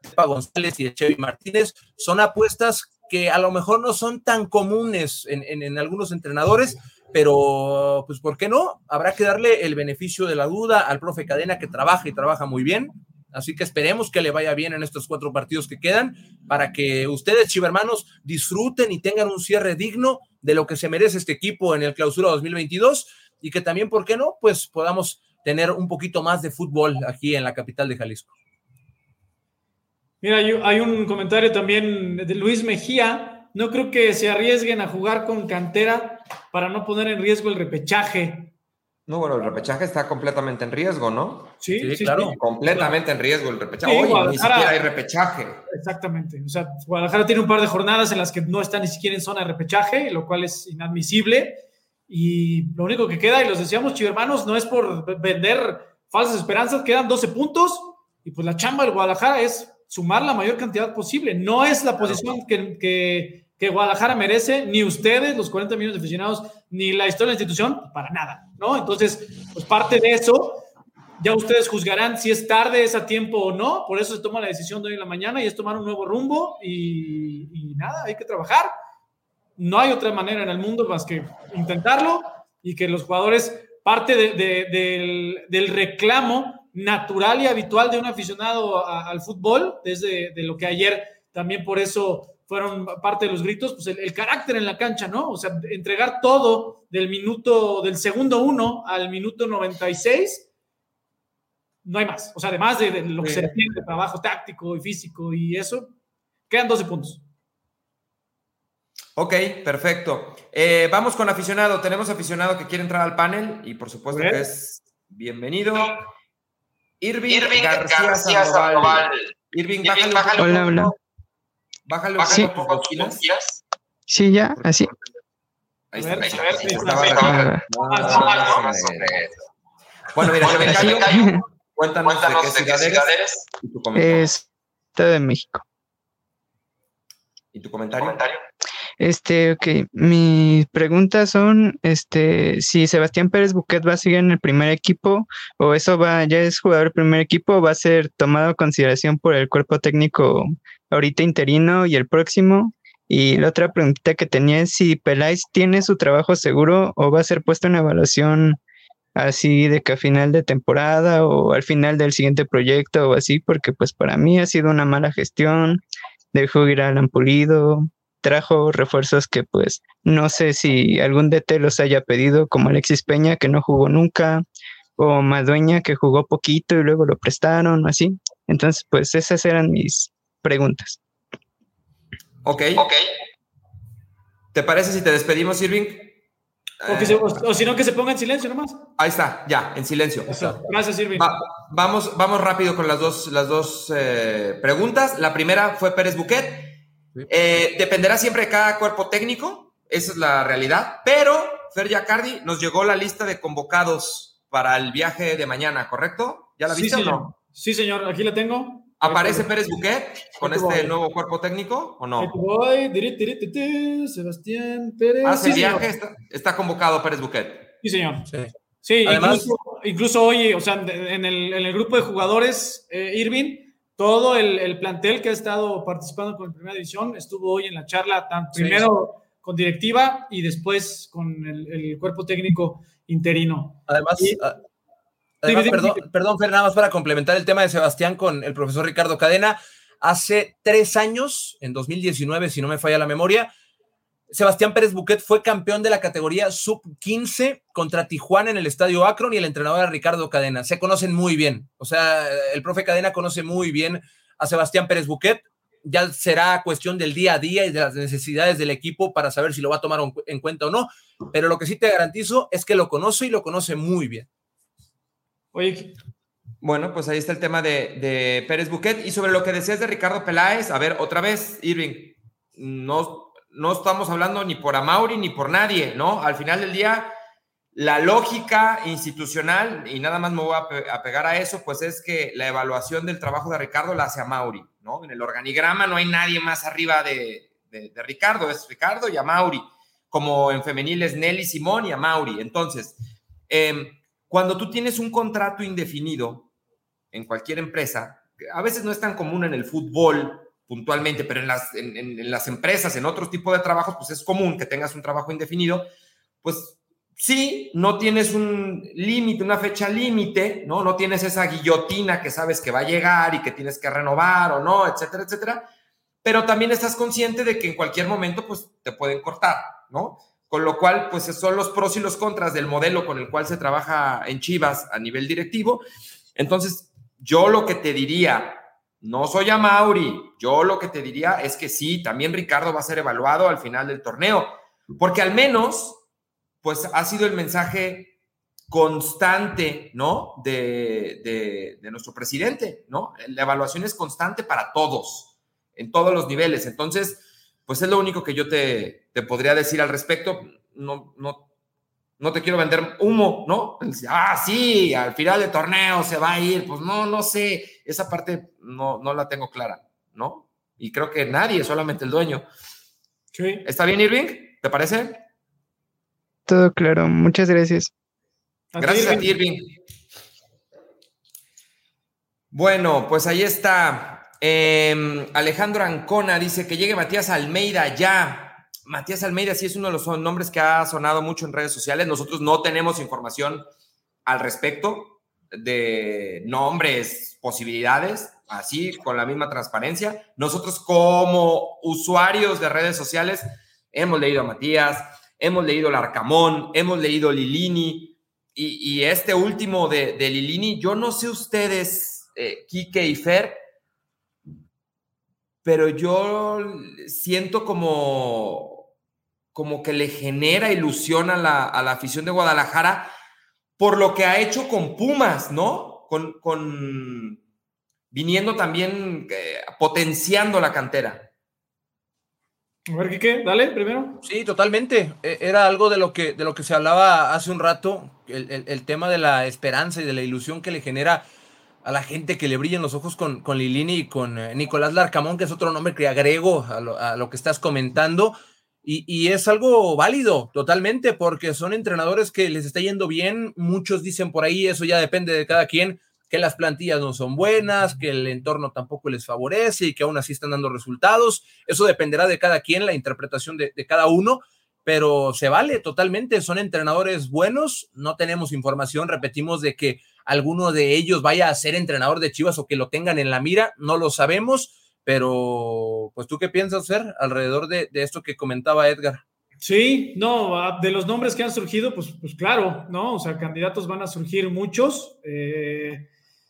Pepa González y de Chevy Martínez. Son apuestas que a lo mejor no son tan comunes en, en, en algunos entrenadores, pero pues ¿por qué no? Habrá que darle el beneficio de la duda al profe Cadena, que trabaja y trabaja muy bien. Así que esperemos que le vaya bien en estos cuatro partidos que quedan para que ustedes, chivermanos, disfruten y tengan un cierre digno de lo que se merece este equipo en el Clausura dos mil veintidós y que también, ¿por qué no? Pues podamos tener un poquito más de fútbol aquí en la capital de Jalisco. Mira, hay un comentario también de Luis Mejía. No creo que se arriesguen a jugar con cantera para no poner en riesgo el repechaje. No, bueno, el repechaje está completamente en riesgo, ¿no? Sí, sí, sí claro. Sí. Completamente en riesgo el repechaje. Sí, Oye, Guadalajara, ni siquiera hay repechaje. Exactamente. O sea, Guadalajara tiene un par de jornadas en las que no está ni siquiera en zona de repechaje, lo cual es inadmisible. Y lo único que queda, y los decíamos, chivermanos, no es por vender falsas esperanzas, quedan doce puntos y pues la chamba del Guadalajara es sumar la mayor cantidad posible. No es la posición que, que, que Guadalajara merece, ni ustedes, los cuarenta millones de aficionados, ni la historia de la institución, para nada, ¿no? Entonces, pues parte de eso, ya ustedes juzgarán si es tarde, es a tiempo o no. Por eso se toma la decisión de hoy en la mañana y es tomar un nuevo rumbo y, y nada, hay que trabajar. No hay otra manera en el mundo más que intentarlo y que los jugadores, parte de, de, del, del reclamo natural y habitual de un aficionado a, al fútbol, desde de lo que ayer también por eso fueron parte de los gritos, pues el, el carácter en la cancha, ¿no? O sea, entregar todo del minuto, del segundo uno al minuto noventa y seis, no hay más. O sea, además de, de lo que sí. se refiere de trabajo táctico y físico y eso, quedan doce puntos. Ok, perfecto. Eh, vamos con aficionado. Tenemos aficionado que quiere entrar al panel y por supuesto que es bienvenido. Irving, Irving García, García Sandoval. Sandoval. Irving, Irving, bájale, bájale un hola, hola. Bájale un sí. poco tus bocinas. Sí, ya, así. Ahí está. Ver, ahí está, ver, ahí está, ver, ahí está. ver, ver. Bueno, mira, bueno, sí. cuéntanos, cuéntanos de qué ciudad eres y tu comentario. Es Estado de México. ¿Y tu comentario? ¿Comentario? Este, ok, mis preguntas son, este, si Sebastián Pérez Buquet va a seguir en el primer equipo o eso va, ya es jugador del primer equipo, va a ser tomado en consideración por el cuerpo técnico ahorita interino y el próximo. Y la otra preguntita que tenía es si Peláez tiene su trabajo seguro o va a ser puesto en evaluación así de que a final de temporada o al final del siguiente proyecto o así, porque pues para mí ha sido una mala gestión, dejó ir a Alan Pulido, trajo refuerzos que pues no sé si algún D T los haya pedido, como Alexis Peña, que no jugó nunca, o Madueña, que jugó poquito y luego lo prestaron, así. Entonces, pues esas eran mis preguntas. Ok. Ok. ¿Te parece si te despedimos, Irving? O, que se, o, o si no, que se ponga en silencio nomás. Ahí está, ya, en silencio. Eso. Gracias, Irving. Va, vamos, vamos rápido con las dos, las dos eh, preguntas. La primera fue Pérez Buquet. Eh, dependerá siempre de cada cuerpo técnico, esa es la realidad, pero Fer Yacardi nos llegó la lista de convocados para el viaje de mañana, ¿correcto? ¿Ya la viste sí, o no? Sí, señor, aquí la tengo. ¿Aparece Pérez Buquet con este voy. nuevo cuerpo técnico o no? Aquí voy. Diri, diri, diri, diri. Sebastián Pérez. Hace sí, viaje, está, está convocado Pérez Buquet. Sí, señor. Sí, sí Además, incluso, incluso hoy, o sea, en el, en el grupo de jugadores, eh, Irving, todo el, el plantel que ha estado participando con la primera división estuvo hoy en la charla, tan, sí, primero sí. con directiva y después con el, el cuerpo técnico interino. Además, y, además sí, perdón, sí. perdón, Fer, nada más para complementar el tema de Sebastián con el profesor Ricardo Cadena. Hace tres años, en dos mil diecinueve, si no me falla la memoria, Sebastián Pérez Buquet fue campeón de la categoría sub quince contra Tijuana en el Estadio Akron y el entrenador era Ricardo Cadena. Se conocen muy bien. O sea, el profe Cadena conoce muy bien a Sebastián Pérez Buquet. Ya será cuestión del día a día y de las necesidades del equipo para saber si lo va a tomar en cuenta o no. Pero lo que sí te garantizo es que lo conoce y lo conoce muy bien. Oye, bueno, pues ahí está el tema de, de Pérez Buquet. Y sobre lo que decías de Ricardo Peláez, a ver, otra vez, Irving, no... No estamos hablando ni por Amauri ni por nadie, ¿no? Al final del día, la lógica institucional, y nada más me voy a, pe- a pegar a eso, pues es que la evaluación del trabajo de Ricardo la hace Amauri, ¿no? En el organigrama no hay nadie más arriba de, de, de Ricardo, es Ricardo y Amauri, como en femenil es Nelly Simón y Amauri. Entonces, eh, cuando tú tienes un contrato indefinido en cualquier empresa, a veces no es tan común en el fútbol puntualmente, pero en las, en, en las empresas, en otro tipo de trabajos, pues es común que tengas un trabajo indefinido, pues sí, no tienes un límite, una fecha límite, ¿no? No tienes esa guillotina que sabes que va a llegar y que tienes que renovar o no, etcétera, etcétera, pero también estás consciente de que en cualquier momento, pues, te pueden cortar, ¿no? Con lo cual, pues, son los pros y los contras del modelo con el cual se trabaja en Chivas a nivel directivo. Entonces, yo lo que te diría, no soy Amauri, yo lo que te diría es que sí, también Ricardo va a ser evaluado al final del torneo, porque al menos pues ha sido el mensaje constante, ¿no? De, de, de nuestro presidente, ¿no? La evaluación es constante para todos, en todos los niveles. Entonces, pues es lo único que yo te, te podría decir al respecto. No, no, no te quiero vender humo, ¿no? Ah, sí, al final del torneo se va a ir. Pues no, no sé. Esa parte no, no la tengo clara, ¿no? Y creo que nadie, solamente el dueño. Sí. ¿Está bien, Irving? ¿Te parece? Todo claro, muchas gracias. Gracias a ti, Irving. Bueno, pues ahí está. Eh, Alejandro Ancona dice que llegue Matías Almeida ya. Matías Almeida sí es uno de los nombres que ha sonado mucho en redes sociales. Nosotros no tenemos información al respecto de nombres, posibilidades, así con la misma transparencia. Nosotros como usuarios de redes sociales hemos leído a Matías, hemos leído Larcamón, hemos leído Lilini, y, y este último de, de Lilini, yo no sé ustedes, eh, Quique y Fer, pero yo siento como, como que le genera ilusión a la, a la afición de Guadalajara por lo que ha hecho con Pumas, ¿no? Con, con viniendo también, eh, potenciando la cantera. A ver, Quique, dale, primero. Sí, totalmente. Era algo de lo que, de lo que se hablaba hace un rato, el, el, el tema de la esperanza y de la ilusión que le genera a la gente que le brillen los ojos con, con Lilini y con eh, Nicolás Larcamón, que es otro nombre que agrego a lo, a lo que estás comentando, y, y es algo válido totalmente, porque son entrenadores que les está yendo bien. Muchos dicen por ahí, eso ya depende de cada quien, que las plantillas no son buenas, que el entorno tampoco les favorece y que aún así están dando resultados. Eso dependerá de cada quien, la interpretación de, de cada uno, pero se vale totalmente. Son entrenadores buenos. No tenemos información, repetimos, de que alguno de ellos vaya a ser entrenador de Chivas o que lo tengan en la mira, no lo sabemos, pero pues ¿tú qué piensas, Fer, alrededor de, de esto que comentaba Edgar? Sí, no, de los nombres que han surgido, pues, pues claro, ¿no? O sea, candidatos van a surgir muchos. Eh,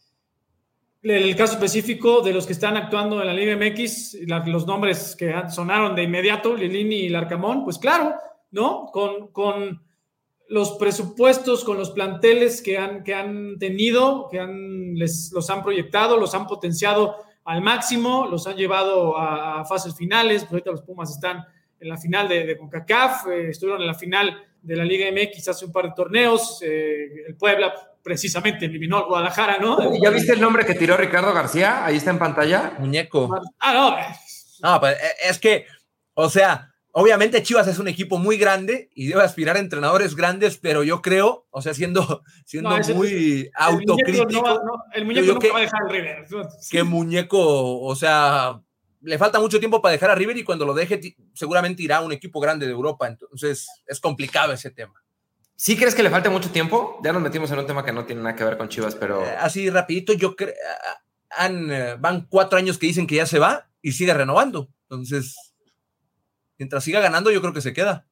el caso específico de los que están actuando en la Liga M X, la, los nombres que sonaron de inmediato, Lilini y Larcamón, pues claro, ¿no? Con, con los presupuestos, con los planteles que han, que han tenido, que han, les, los han proyectado, los han potenciado al máximo, los han llevado a, a fases finales. Pues ahorita los Pumas están en la final de, de CONCACAF, eh, estuvieron en la final de la Liga M X hace un par de torneos. Eh, el Puebla precisamente eliminó al Guadalajara, ¿no? ¿Ya viste el nombre que tiró Ricardo García? Ahí está en pantalla. Muñeco. Ah, no. No, pues es que, o sea, obviamente Chivas es un equipo muy grande y debe aspirar a entrenadores grandes, pero yo creo, o sea, siendo, siendo no, ese, muy el autocrítico. Muñeco no va, no, el muñeco nunca que, va a dejar al River. Que Muñeco, o sea, le falta mucho tiempo para dejar a River y cuando lo deje seguramente irá a un equipo grande de Europa, entonces es complicado ese tema. ¿Sí crees que le falte mucho tiempo? Ya nos metimos en un tema que no tiene nada que ver con Chivas, pero... Eh, así rapidito, yo creo, eh, van cuatro años que dicen que ya se va y sigue renovando, entonces, mientras siga ganando, yo creo que se queda.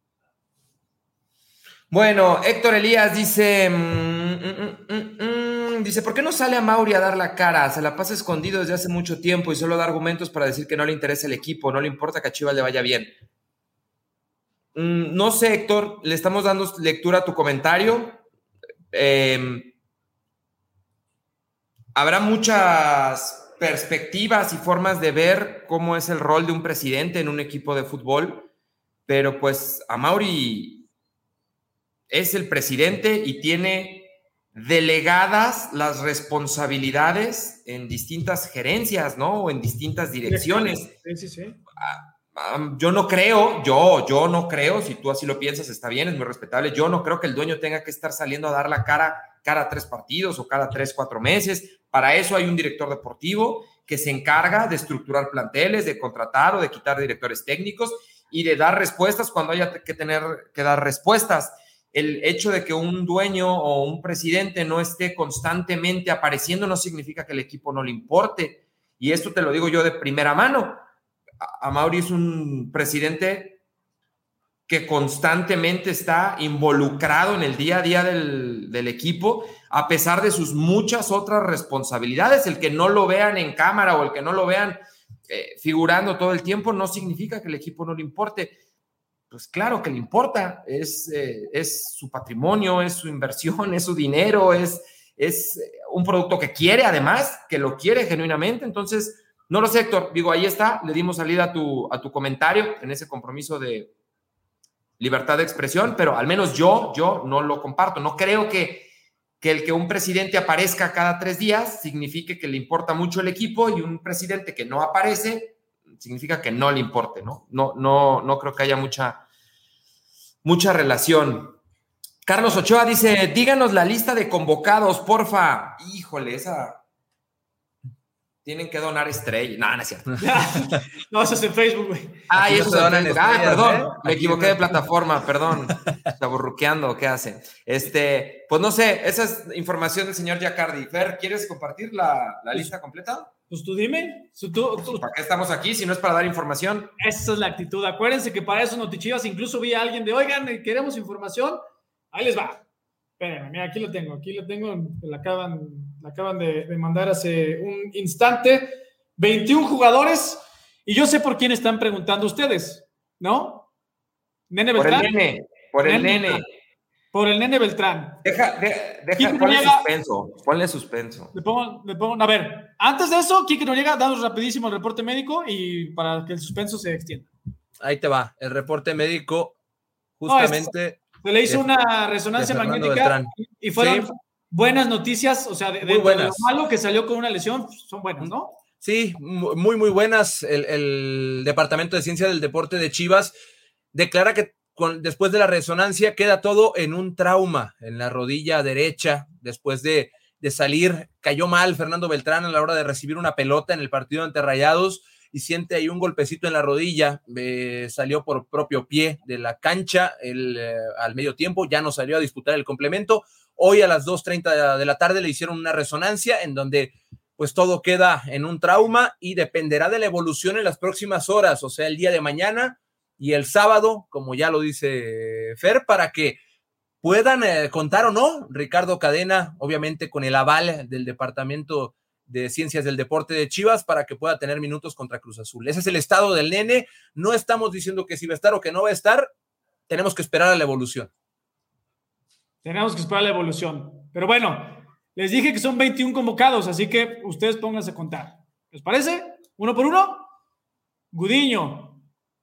Bueno, Héctor Elías dice, mm, mm, mm, mm, dice, ¿por qué no sale a Mauri a dar la cara? Se la pasa escondido desde hace mucho tiempo y solo da argumentos para decir que no le interesa el equipo, no le importa que a Chivas le vaya bien. Mm, no sé, Héctor, le estamos dando lectura a tu comentario. Eh, habrá muchas perspectivas y formas de ver cómo es el rol de un presidente en un equipo de fútbol, pero pues a Mauri es el presidente y tiene delegadas las responsabilidades en distintas gerencias, ¿no? O en distintas direcciones. Sí, sí, sí. Um, yo no creo, yo, yo no creo, si tú así lo piensas, está bien, es muy respetable. Yo no creo que el dueño tenga que estar saliendo a dar la cara cada tres partidos o cada tres, cuatro meses. Para eso hay un director deportivo que se encarga de estructurar planteles, de contratar o de quitar directores técnicos y de dar respuestas cuando haya que tener que dar respuestas. El hecho de que un dueño o un presidente no esté constantemente apareciendo no significa que el equipo no le importe. Y esto te lo digo yo de primera mano. Amaury es un presidente que constantemente está involucrado en el día a día del, del equipo, a pesar de sus muchas otras responsabilidades. El que no lo vean en cámara o el que no lo vean eh, figurando todo el tiempo no significa que el equipo no le importe. Pues claro que le importa, es, eh, es su patrimonio, es su inversión, es su dinero, es, es un producto que quiere además, que lo quiere genuinamente. Entonces, no lo sé, Héctor, digo, ahí está, le dimos salida a tu, a tu comentario en ese compromiso de libertad de expresión, pero al menos yo, yo no lo comparto. No creo que, que el que un presidente aparezca cada tres días signifique que le importa mucho el equipo y un presidente que no aparece significa que no le importe, ¿no? No, no, no creo que haya mucha, mucha relación. Carlos Ochoa dice, díganos la lista de convocados, porfa. Híjole, esa... Tienen que donar estrellas. No, no es cierto. No, eso es en Facebook, güey. Ah, y eso se donan estrellas. Ah, perdón, ¿eh? Me equivoqué de plataforma, perdón. Chaburruqueando, ¿qué hace? Este, pues no sé, esa es información del señor Giacardi. Fer, ¿quieres compartir la, la lista completa? Pues tú dime. Tú, tú. ¿Para qué estamos aquí si no es para dar información? Esa es la actitud. Acuérdense que para esos notichivas incluso vi a alguien de, oigan, queremos información. Ahí les va. Espérenme, mira, aquí lo tengo. Aquí lo tengo. La acaban, la acaban de, de mandar hace un instante. veintiún jugadores. Y yo sé por quién están preguntando ustedes, ¿no? Nene Beltrán. Por el nene. Por el nene. nene. Por el nene Beltrán. Deja, de, deja, ponle Noriega, suspenso. Ponle suspenso. Le pongo, le pongo, a ver, antes de eso, Quique Noriega, danos rapidísimo el reporte médico y para que el suspenso se extienda. Ahí te va, el reporte médico, justamente. No, se le hizo de, una resonancia magnética Beltrán. Y fueron sí. buenas noticias, o sea, de, de, de lo malo que salió con una lesión, son buenas, ¿no? Sí, muy, muy buenas. El, el Departamento de Ciencia del Deporte de Chivas declara que Con, después de la resonancia queda todo en un trauma en la rodilla derecha, después de, de salir, cayó mal Fernando Beltrán a la hora de recibir una pelota en el partido ante Rayados y siente ahí un golpecito en la rodilla, eh, salió por propio pie de la cancha el, eh, al medio tiempo, ya no salió a disputar el complemento. Hoy a las dos treinta de la tarde le hicieron una resonancia en donde pues todo queda en un trauma y dependerá de la evolución en las próximas horas, o sea, el día de mañana y el sábado, como ya lo dice Fer, para que puedan eh, contar o no, Ricardo Cadena, obviamente con el aval del Departamento de Ciencias del Deporte de Chivas, para que pueda tener minutos contra Cruz Azul. Ese es el estado del nene, no estamos diciendo que si va a estar o que no va a estar, tenemos que esperar a la evolución. Tenemos que esperar a la evolución, pero bueno, les dije que son veintiún convocados, así que ustedes pónganse a contar. ¿Les parece? ¿Uno por uno? Gudiño,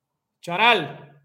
Charal,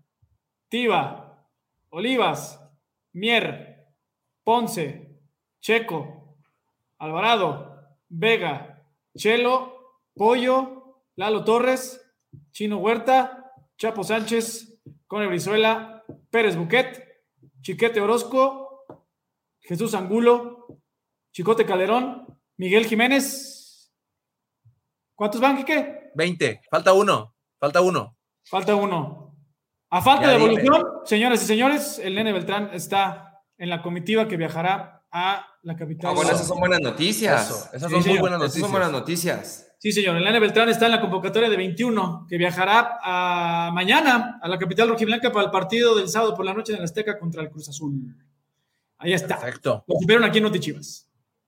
Tiva, Olivas, Mier, Ponce, Checo, Alvarado, Vega, Chelo, Pollo, Lalo Torres, Chino Huerta, Chapo Sánchez, Cone Brizuela, Pérez Buquet, Chiquete Orozco, Jesús Angulo, Chicote Calderón, Miguel Jiménez. ¿Cuántos van, Quique? veinte, falta uno, falta uno. Falta uno. A falta ya de evolución, dime. Señoras y señores, el nene Beltrán está en la comitiva que viajará a la capital. Ah, bueno, esas son buenas noticias. Eso, esas sí, son muy buenas noticias. Esas son buenas noticias. Sí, señor. El nene Beltrán está en la convocatoria de veintiuno, que viajará a mañana a la capital rojiblanca para el partido del sábado por la noche en el Azteca contra el Cruz Azul. Ahí está. Perfecto. Lo supieron aquí en Notichivas.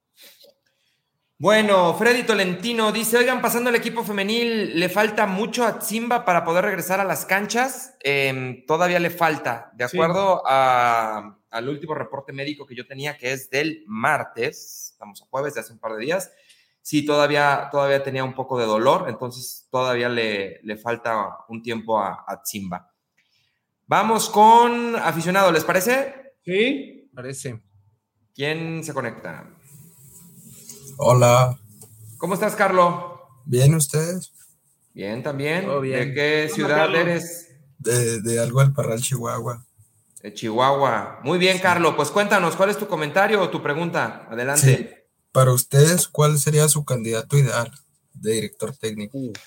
Bueno, Freddy Tolentino dice, oigan, pasando el equipo femenil, ¿le falta mucho a Simba para poder regresar a las canchas? Eh, todavía le falta, de acuerdo sí. a, al último reporte médico que yo tenía, que es del martes, estamos a jueves de hace un par de días, sí, todavía, todavía tenía un poco de dolor, entonces todavía le, le falta un tiempo a, a Simba. Vamos con aficionado, ¿les parece? Sí, parece. ¿Quién se conecta? Hola. ¿Cómo estás, Carlos? ¿Bien ustedes? Bien, también. Todo bien. ¿De qué ciudad eres? De, de Algo del Parral, Chihuahua. De Chihuahua. Muy bien, sí. Carlos. Pues cuéntanos, ¿cuál es tu comentario o tu pregunta? Adelante. Sí. Para ustedes, ¿cuál sería su candidato ideal de director técnico? Uh.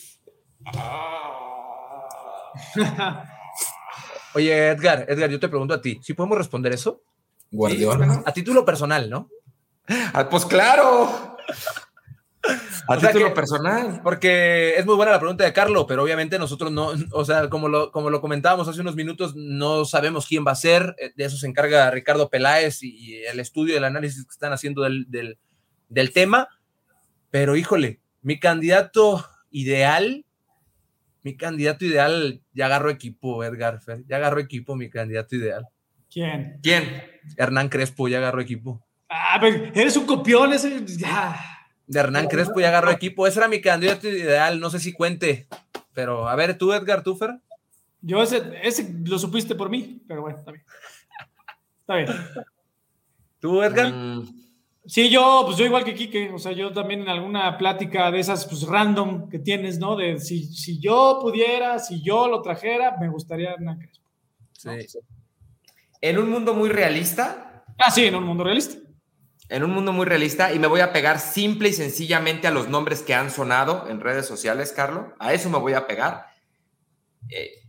Oye, Edgar, Edgar, yo te pregunto a ti, ¿sí podemos responder eso? Guardiola. ¿Sí? A título personal, ¿no? Ah, pues claro. A o sea título que, personal. Porque es muy buena la pregunta de Carlos, pero obviamente nosotros no, o sea, como lo, como lo comentábamos hace unos minutos, no sabemos quién va a ser. De eso se encarga Ricardo Peláez y el estudio y el análisis que están haciendo del, del, del tema. Pero híjole, mi candidato ideal, mi candidato ideal, ya agarró equipo, Edgar, Fer, ya agarró equipo mi candidato ideal. ¿Quién? ¿Quién? Hernán Crespo, ya agarró equipo. Ah, pero eres un copión, ese. Ya. De Hernán Crespo ya agarró equipo. Ese era mi candidato ideal, no sé si cuente. Pero, a ver, tú, Edgar, tú, Fer. Yo ese, ese lo supiste por mí, pero bueno, está bien. Está bien. ¿Tú, Edgar? Mm. Sí, yo, pues yo igual que Quique, o sea, yo también en alguna plática de esas, pues random que tienes, ¿no? De si, si yo pudiera, si yo lo trajera, me gustaría Hernán Crespo. ¿No? Sí. En un mundo muy realista. Ah, sí, en un mundo realista. En un mundo muy realista, y me voy a pegar simple y sencillamente a los nombres que han sonado en redes sociales, Carlos. A eso me voy a pegar. Eh,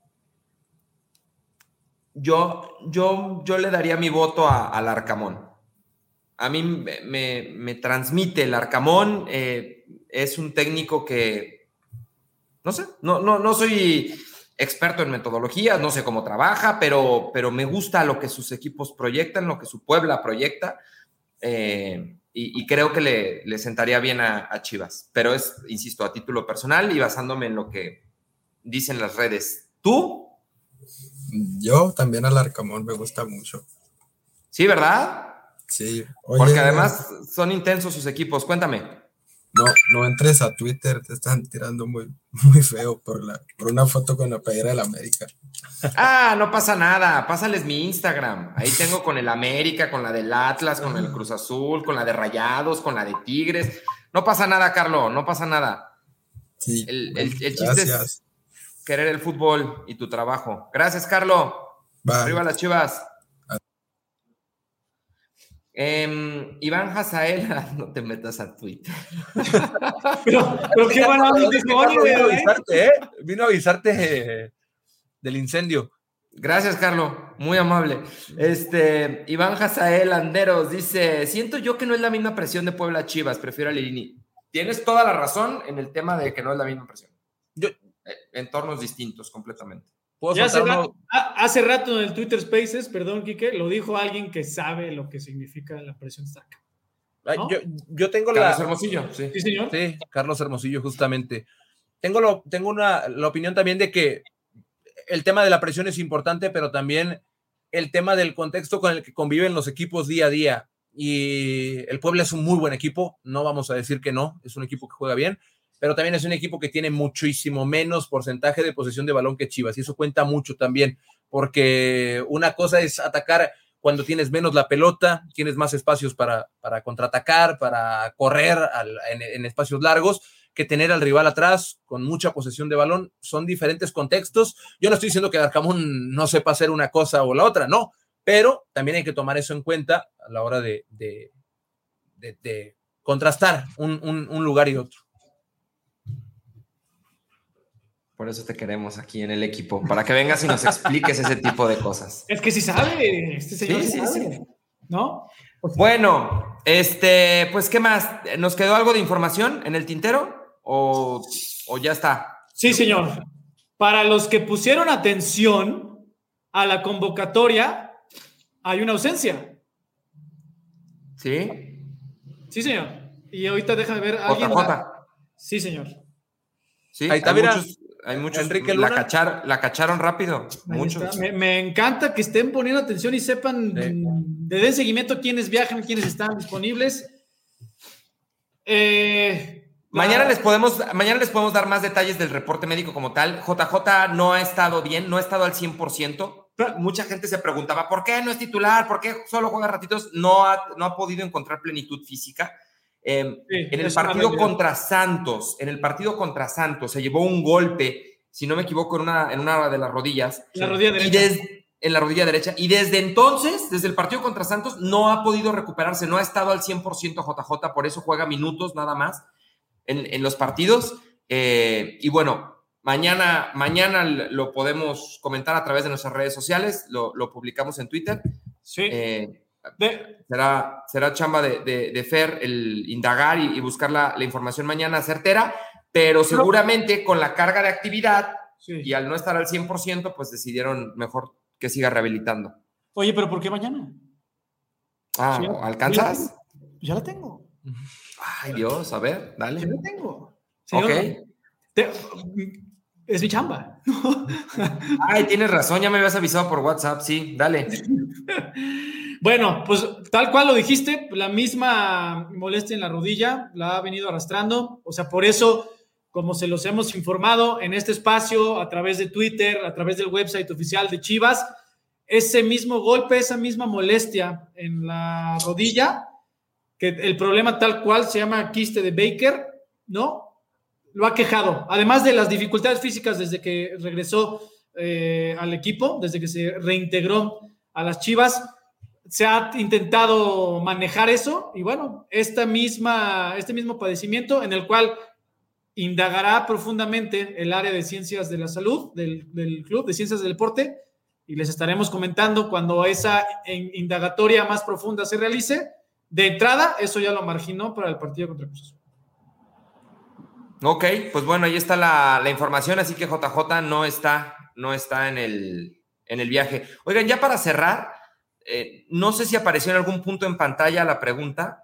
yo, yo, yo le daría mi voto a, al Arcamón. A mí me, me, me transmite el Arcamón. Eh, es un técnico que, no sé, no, no, no soy experto en metodologías, no sé cómo trabaja, pero, pero me gusta lo que sus equipos proyectan, lo que su Puebla proyecta. Eh, y, y creo que le, le sentaría bien a, a Chivas, pero es, insisto, a título personal y basándome en lo que dicen las redes. ¿Tú? Yo también al Arcamón me gusta mucho. Sí, ¿verdad? Sí. Oye, porque además son intensos sus equipos. Cuéntame. No, no entres a Twitter, te están tirando muy, muy feo por, la, por una foto con la playera del América. Ah, no pasa nada, pásales mi Instagram. Ahí tengo con el América, con la del Atlas, con el Cruz Azul, con la de Rayados, con la de Tigres. No pasa nada, Carlos, no pasa nada. Sí, el, el, el chiste es querer el fútbol y tu trabajo. Gracias, Carlos. Bye. Arriba las Chivas. Eh, Iván Hazael, no te metas a Twitter. pero, pero qué bueno. Vino a avisarte, ¿eh? Vino a avisarte del incendio. Gracias, Carlos, muy amable. Este, Iván Hazael Anderos dice: siento yo que no es la misma presión de Puebla Chivas, prefiero a Lilini. Tienes toda la razón en el tema de que no es la misma presión. Yo, entornos distintos completamente. Ya hace, rato, hace rato en el Twitter Spaces, perdón, Quique, lo dijo alguien que sabe lo que significa la presión stack. ¿No? Yo, yo tengo Carlos la... Carlos Hermosillo, sí. Sí, señor. Sí, Carlos Hermosillo, justamente. Tengo, lo, tengo una, la opinión también de que el tema de la presión es importante, pero también el tema del contexto con el que conviven los equipos día a día. Y el Puebla es un muy buen equipo, no vamos a decir que no, es un equipo que juega bien, pero también es un equipo que tiene muchísimo menos porcentaje de posesión de balón que Chivas, y eso cuenta mucho también, porque una cosa es atacar cuando tienes menos la pelota, tienes más espacios para, para contraatacar, para correr al, en, en espacios largos, que tener al rival atrás con mucha posesión de balón. Son diferentes contextos. Yo no estoy diciendo que Arcamón no sepa hacer una cosa o la otra, no, pero también hay que tomar eso en cuenta a la hora de, de, de, de contrastar un, un, un lugar y otro. Por eso te queremos aquí en el equipo, para que vengas y nos expliques ese tipo de cosas. Es que sí sabe, este señor sí, sí, sí, sabe, sí. ¿no? Pues, bueno, este, pues, ¿qué más? ¿Nos quedó algo de información en el tintero o, o ya está? Sí, señor. Para los que pusieron atención a la convocatoria, hay una ausencia. ¿Sí? Sí, señor. Y ahorita déjame ver a alguien. J J. Sí, señor. Sí, ahí está, hay mira. muchos, hay muchos. Enrique Luna. La, cachar, la cacharon rápido. Ahí muchos. Me, me encanta que estén poniendo atención y sepan, sí. Le den seguimiento a quienes viajan, quienes están disponibles. Eh, mañana, la... les podemos, mañana les podemos dar más detalles del reporte médico como tal. J J no ha estado bien, no ha estado al cien por ciento. Mucha gente se preguntaba, ¿por qué no es titular? ¿Por qué solo juega ratitos? No ha, no ha podido encontrar plenitud física. Eh, sí, en el partido contra Santos, en el partido contra Santos, se llevó un golpe, si no me equivoco, en una, en una de las rodillas. La rodilla y derecha. desde, en la rodilla derecha y desde entonces, desde el partido contra Santos, no ha podido recuperarse, no ha estado al cien por ciento J J, por eso juega minutos nada más en, en los partidos. Eh, y bueno, mañana, mañana lo podemos comentar a través de nuestras redes sociales, lo, lo publicamos en Twitter. Sí. Eh, de... será, será chamba de, de, de Fer el indagar y, y buscar la, la información mañana certera, pero seguramente con la carga de actividad sí. y al no estar al cien por ciento, pues decidieron mejor que siga rehabilitando. Oye, ¿pero por qué mañana? Ah, ¿Sí? ¿alcanzas? Ya la tengo. Ay, Dios, a ver, dale. Ya la tengo. ¿Sí ok. Te... Es mi chamba. Ay, tienes razón, ya me habías avisado por WhatsApp, sí, dale. Bueno, pues tal cual lo dijiste, la misma molestia en la rodilla la ha venido arrastrando, o sea, por eso, como se los hemos informado en este espacio, a través de Twitter, a través del website oficial de Chivas, ese mismo golpe, esa misma molestia en la rodilla, que el problema tal cual se llama quiste de Baker, ¿no? Lo ha quejado, además de las dificultades físicas desde que regresó eh, al equipo, desde que se reintegró a las Chivas, se ha intentado manejar eso y bueno, esta misma, este mismo padecimiento en el cual indagará profundamente el área de ciencias de la salud del, del club de ciencias del deporte y les estaremos comentando cuando esa indagatoria más profunda se realice. De entrada, eso ya lo marginó para el partido contra Cruz Azul. Ok, pues bueno, ahí está la, la información, así que J J no está, no está en el, en el viaje. Oigan, ya para cerrar, eh, no sé si apareció en algún punto en pantalla la pregunta.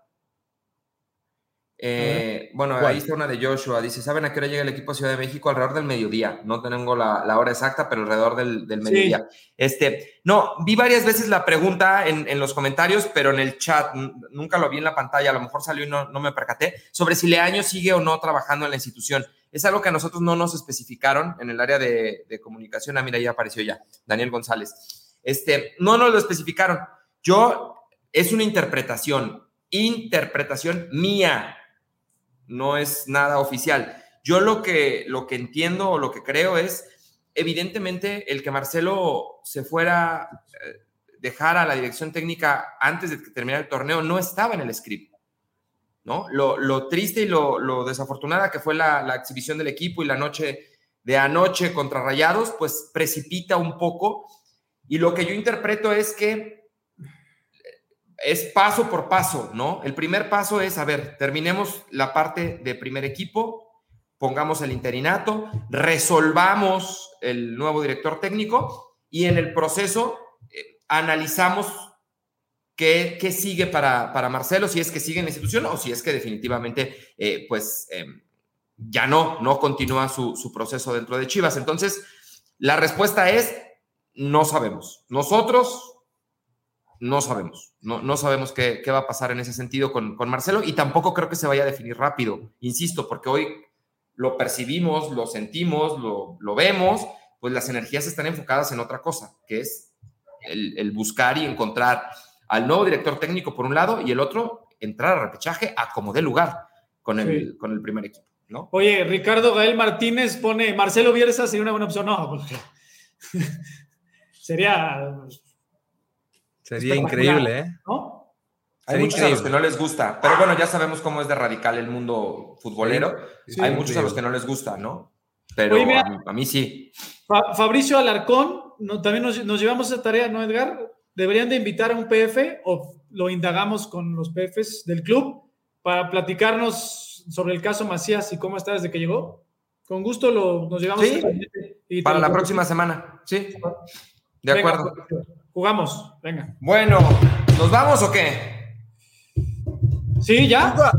Eh, bueno, ¿cuál? Ahí está una de Joshua, dice, ¿saben a qué hora llega el equipo a Ciudad de México? Alrededor del mediodía, no tengo la, la hora exacta, pero alrededor del, del mediodía. Sí. Este, no, vi varias veces la pregunta en, en los comentarios, pero en el chat, nunca lo vi en la pantalla, a lo mejor salió y no, no me percaté, sobre si Leaño sigue o no trabajando en la institución. Es algo que a nosotros no nos especificaron en el área de, de comunicación. Ah, mira, ya apareció ya, Daniel González. Este, no nos lo especificaron. Yo, es una interpretación, interpretación mía, no es nada oficial. Yo lo que, lo que entiendo o lo que creo es, evidentemente, el que Marcelo se fuera, eh, dejara la dirección técnica antes de que terminara el torneo, no estaba en el script, ¿no? Lo, lo triste y lo, lo desafortunada que fue la, la exhibición del equipo y la noche de anoche contra Rayados, pues precipita un poco. Y lo que yo interpreto es que es paso por paso, ¿no? El primer paso es, a ver, terminemos la parte de primer equipo, pongamos el interinato, resolvamos el nuevo director técnico y en el proceso eh, analizamos qué, qué sigue para, para Marcelo, si es que sigue en la institución o si es que definitivamente, eh, pues, eh, ya no, no continúa su, su proceso dentro de Chivas. Entonces, la respuesta es, no sabemos. Nosotros no sabemos, no, no sabemos qué, qué va a pasar en ese sentido con, con Marcelo y tampoco creo que se vaya a definir rápido, insisto, porque hoy lo percibimos, lo sentimos, lo, lo vemos, pues las energías están enfocadas en otra cosa, que es el, el buscar y encontrar al nuevo director técnico por un lado y el otro, entrar a repechaje a como dé lugar con el, sí. con el primer equipo, ¿no? Oye, Ricardo Gael Martínez pone, Marcelo Bielsa sería una buena opción, no, porque sería... Sería increíble, ¿eh? ¿No? Hay muchos increíble. a los que no les gusta, pero bueno, ya sabemos cómo es de radical el mundo futbolero. Sí, sí, Hay muchos increíble. a los que no les gusta, ¿no? Pero Oye, mira, a, mí, a mí sí. Fa- Fabricio Alarcón, no, también nos, nos llevamos esa tarea, ¿no, Edgar? Deberían de invitar a un P F o lo indagamos con los P Fs del club para platicarnos sobre el caso Macías y cómo está desde que llegó. Con gusto lo, nos llevamos. Sí, y para la lo... próxima semana, sí. De Venga, acuerdo. Jugamos, venga. Bueno, ¿nos vamos o qué? Sí, ya. Fuga,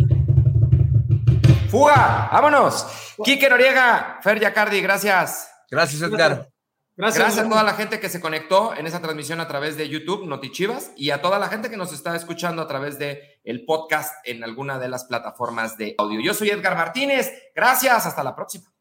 Fuga. vámonos. Quique Noriega, Fer Yacardi, gracias. Gracias, Edgar. Gracias, gracias a toda la gente que se conectó en esa transmisión a través de YouTube, Notichivas, y a toda la gente que nos está escuchando a través de el podcast en alguna de las plataformas de audio. Yo soy Edgar Martínez. Gracias, hasta la próxima.